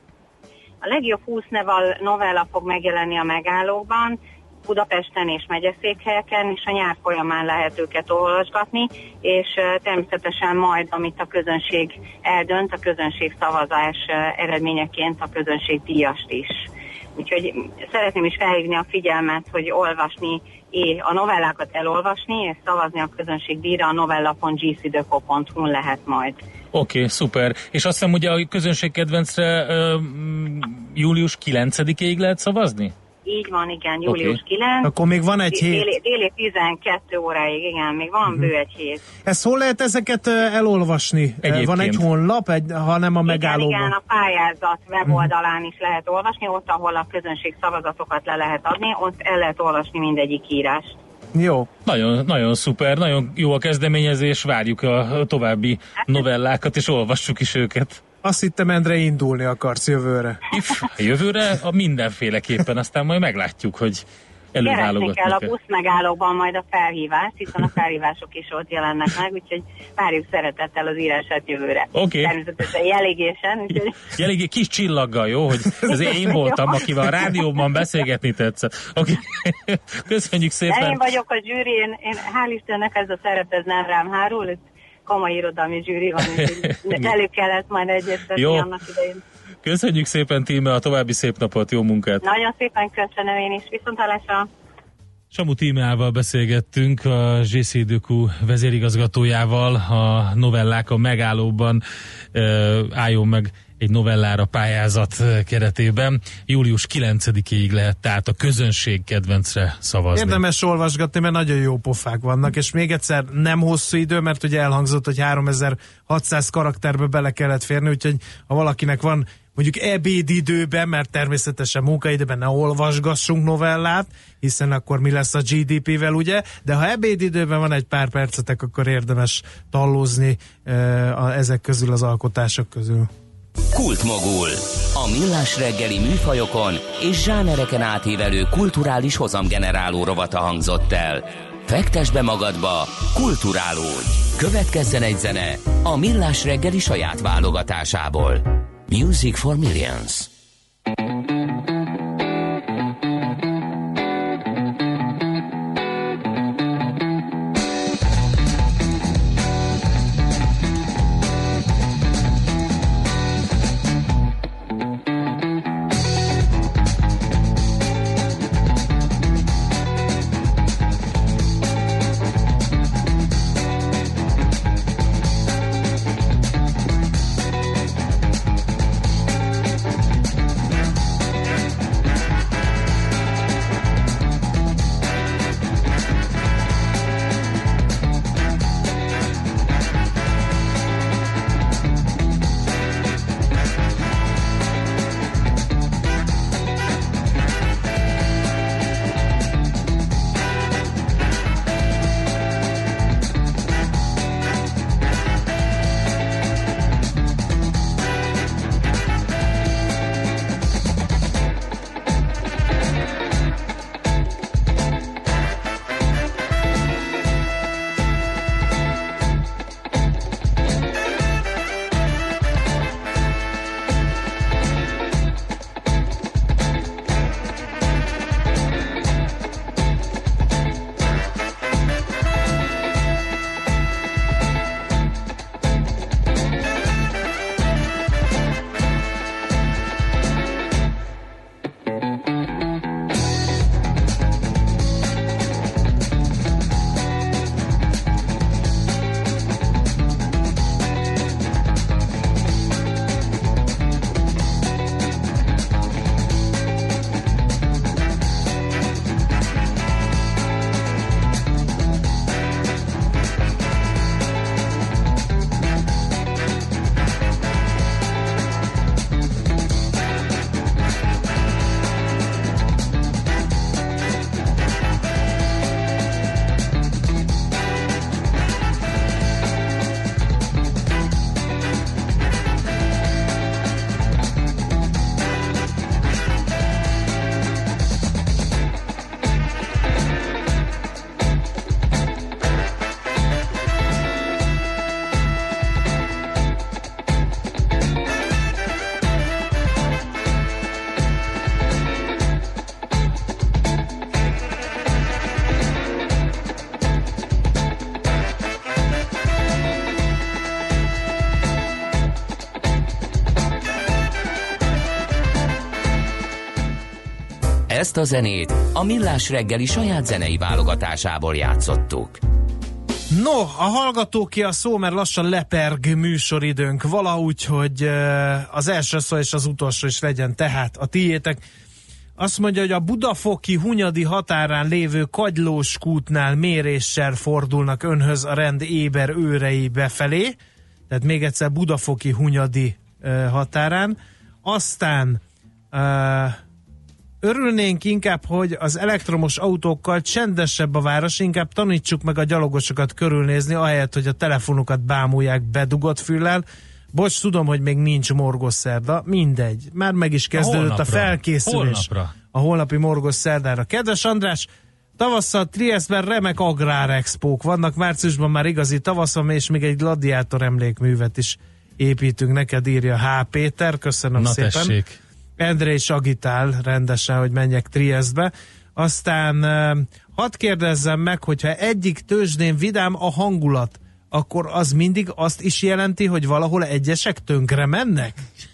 A legjobb húsz novella fog megjelenni a megállókban, Budapesten és megyeszékhelyeken, és a nyár folyamán lehet őket olvasgatni, és természetesen majd, amit a közönség eldönt, a közönség szavazás eredményeként a közönség díjast is. Úgyhogy szeretném is felhívni a figyelmet, hogy olvasni, a novellákat elolvasni, és szavazni a közönség díjra a novella pont g c deco pont hu-n lehet majd. Oké, okay, szuper. És azt hiszem, ugye a közönség kedvencre uh, július kilencedikéig lehet szavazni? Így van, igen, július kilencedike. Akkor még van egy hét. Déli, déli tizenkettő óráig, igen, még van uh-huh. bő egy hét. Ezt hol lehet ezeket elolvasni? Egyébként. Van egy honlap, egy, hanem a megállóban? Igen, igen, a pályázat weboldalán uh-huh. is lehet olvasni, ott, ahol a közönség szavazatokat le lehet adni, ott el lehet olvasni mindegyik írást. Jó. Nagyon, nagyon szuper, nagyon jó a kezdeményezés, várjuk a további novellákat, és olvassuk is őket. Azt hittem, Endre, indulni akarsz jövőre. If, jövőre a mindenféleképpen, aztán majd meglátjuk, hogy előválogatni kell a busz megállóban majd a felhívást, hiszen a felhívások is ott jelennek meg, úgyhogy várjuk szeretettel az írását jövőre. Oké. Okay. Természetesen jelégésen. Úgyhogy... Jelégé kis csillaggal, jó? Hogy azért én voltam, akivel a rádióban beszélgetni tetszett. Oké. Okay. Köszönjük szépen. De én vagyok a zsűri, én, én hál' Istennek ez a szerep, ez nem rám hárul, komoly irodalmi zsűri van, úgyhogy elő kellett majd egyeztetni annak idején. Köszönjük szépen, Tíme, a további szép napot, jó munkát! Nagyon szépen köszönöm én is, viszonthallásra! Samu Tímeával beszélgettünk, a gé cé deco vezérigazgatójával, a novellák a megállóban e, álljon meg egy novellára pályázat keretében. július kilencedikéig lehet tehát a közönség kedvencre szavazni. Érdemes olvasgatni, mert nagyon jó pofák vannak, és még egyszer nem hosszú idő, mert ugye elhangzott, hogy háromezer-hatszáz karakterbe bele kellett férni, úgyhogy ha valakinek van mondjuk ebédidőben, mert természetesen munkaidőben ne olvasgassunk novellát, hiszen akkor mi lesz a gé dé pé-vel, ugye? De ha ebédidőben van egy pár percetek, akkor érdemes tallózni uh, a, ezek közül az alkotások közül. Kultmogul. A millás reggeli műfajokon és zsánereken átívelő kulturális hozamgeneráló rovata hangzott el. Fektesd be magadba, kulturálódj! Következzen egy zene a millás reggeli saját válogatásából. Music for Millions. Ezt a zenét a Millás reggeli saját zenei válogatásából játszottuk. No, a hallgatóké a szó, mert lassan leperg műsoridőnk valahogy, hogy az első szó és az utolsó is legyen tehát a tiétek. Azt mondja, hogy a budafoki Hunyadi határán lévő Kagylós kútnál méréssel fordulnak önhöz a rend éber őrei befelé, tehát még egyszer budafoki Hunyadi határán. Aztán uh, örülnénk inkább, hogy az elektromos autókkal csendesebb a város, inkább tanítsuk meg a gyalogosokat körülnézni, ahelyett, hogy a telefonukat bámulják bedugott füllel. Bocs, tudom, hogy még nincs morgos szerda, mindegy. Már meg is kezdődött a, a felkészülés holnapra. A holnapi morgos szerdára. Kedves András, tavasszal Triesztben remek agrárexpók vannak, márciusban már igazi tavasz van, és még egy gladiátor emlékművet is építünk. Neked írja H. Péter, köszönöm Na szépen. Tessék. Endre is agitál rendesen, hogy menjek Triesztbe. Aztán hadd kérdezzem meg, hogyha egyik tőzsdén vidám a hangulat, akkor az mindig azt is jelenti, hogy valahol egyesek tönkre mennek?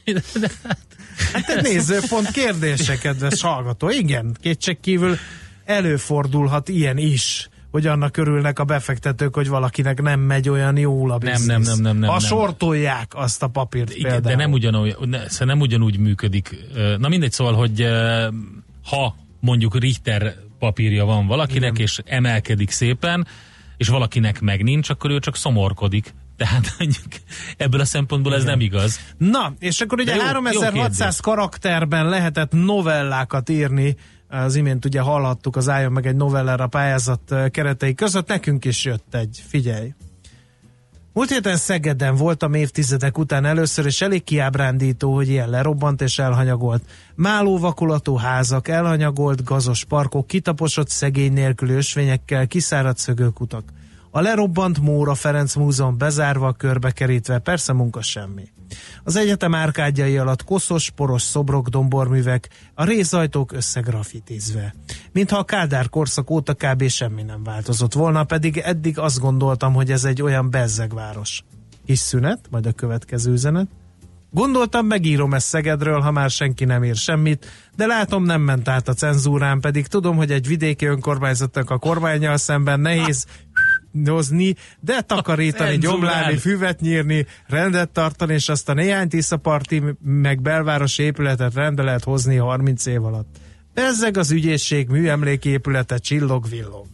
Hát egy nézőpont kérdése, kedves hallgató. Igen, kétségkívül előfordulhat ilyen is, hogy annak örülnek a befektetők, hogy valakinek nem megy olyan jól a biznisz. Nem, nem, nem, nem, nem. Ha nem. sortolják azt a papírt. Igen, például. de nem ugyanúgy, ne, nem ugyanúgy működik. Na mindegy, szóval, hogy ha mondjuk Richter papírja van valakinek, igen, és emelkedik szépen, és valakinek meg nincs, akkor ő csak szomorkodik. Tehát ebből a szempontból ez igen, nem igaz. Na, és akkor ugye háromezer-hatszáz karakterben lehetett novellákat írni. Az imént ugye hallhattuk, az álljon meg egy novellára pályázat keretei között. Nekünk is jött egy, figyelj. Múlt héten Szegeden voltam évtizedek után először, és elég kiábrándító, hogy ilyen lerobbant és elhanyagolt. Máló vakolatú házak, elhanyagolt gazos parkok, kitaposott szegény nélküli ösvényekkel, kiszáradt szögőkutak. A lerobbant Móra Ferenc Múzeum bezárva, körbekerítve, persze munka semmi. Az egyetem árkádjai alatt koszos, poros szobrok, domborművek, a rézajtók összegrafitizve. Mintha a Kádár korszak óta kb. Semmi nem változott volna, pedig eddig azt gondoltam, hogy ez egy olyan bezzegváros. Kis szünet, majd a következő üzenet. Gondoltam, megírom ezt Szegedről, ha már senki nem ír semmit, de látom, nem ment át a cenzúrán, pedig tudom, hogy egy vidéki önkormányzatnak a kormánnyal szemben nehéz hozni, de takarítani, gyomlálni, füvet nyírni, rendet tartani, és azt a néhány tiszaparti meg belvárosi épületet rendbe lehet hozni harminc év alatt. Bezzeg az ügyészség műemléki épülete csillog-villog.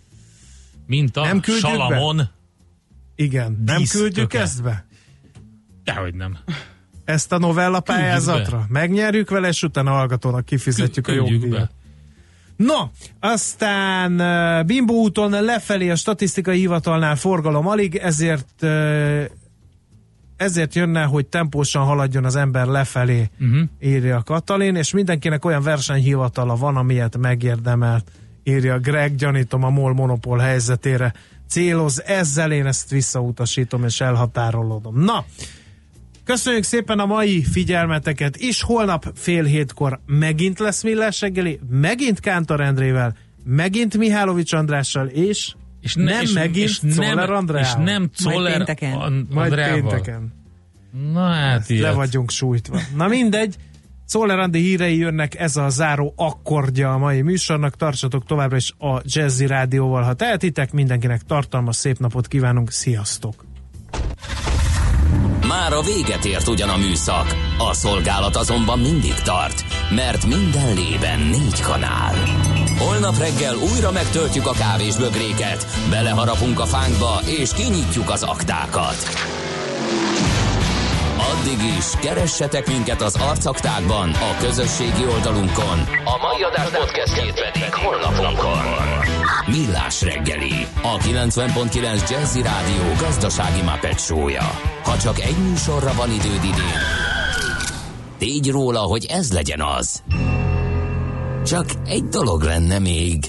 Mint a nem Salamon. Be? Igen, nem küldjük ezt be? Dehogy nem. Ezt a novella pályázatra? Megnyerjük vele, és utána a hallgatónak kifizetjük Kü- a jogdíjat. No, aztán uh, Bimbo úton lefelé a statisztikai hivatalnál forgalom alig, ezért uh, ezért jönne, hogy tempósan haladjon az ember lefelé, uh-huh. írja Katalin, és mindenkinek olyan versenyhivatala van, amilyet megérdemelt, írja Greg, gyanítom a MOL monopól helyzetére céloz, ezzel én ezt visszautasítom és elhatárolódom. Na, köszönjük szépen a mai figyelmeteket is. Holnap fél hétkor megint lesz Millás reggeli, megint Kántor Endrével, megint Mihálovics Andrással, és, és ne, nem és, megint és Czoller Andrával. És nem Czoller Majd pénteken. Majd pénteken. Na hát le vagyunk sújtva. Na mindegy, Czoller Andi hírei jönnek, ez a záró akkordja a mai műsornak. Tartsatok továbbra is a Jazzy Rádióval, ha tehetitek. Mindenkinek tartalmas szép napot kívánunk, sziasztok! Már a véget ért ugyan a műszak, a szolgálat azonban mindig tart, mert minden lében négy kanál. Holnap reggel újra megtöltjük a kávésbögréket, beleharapunk a fánkba és kinyitjuk az aktákat. Addig is keressetek minket az arcaktákban, a közösségi oldalunkon. A mai adás podcastjét pedig honlapunkon. Millás reggeli, a kilencven pont kilenc Jazzy Rádió gazdasági Muppet show-ja. Ha csak egy műsorra van időd idén, tégy róla, hogy ez legyen az. Csak egy dolog lenne még.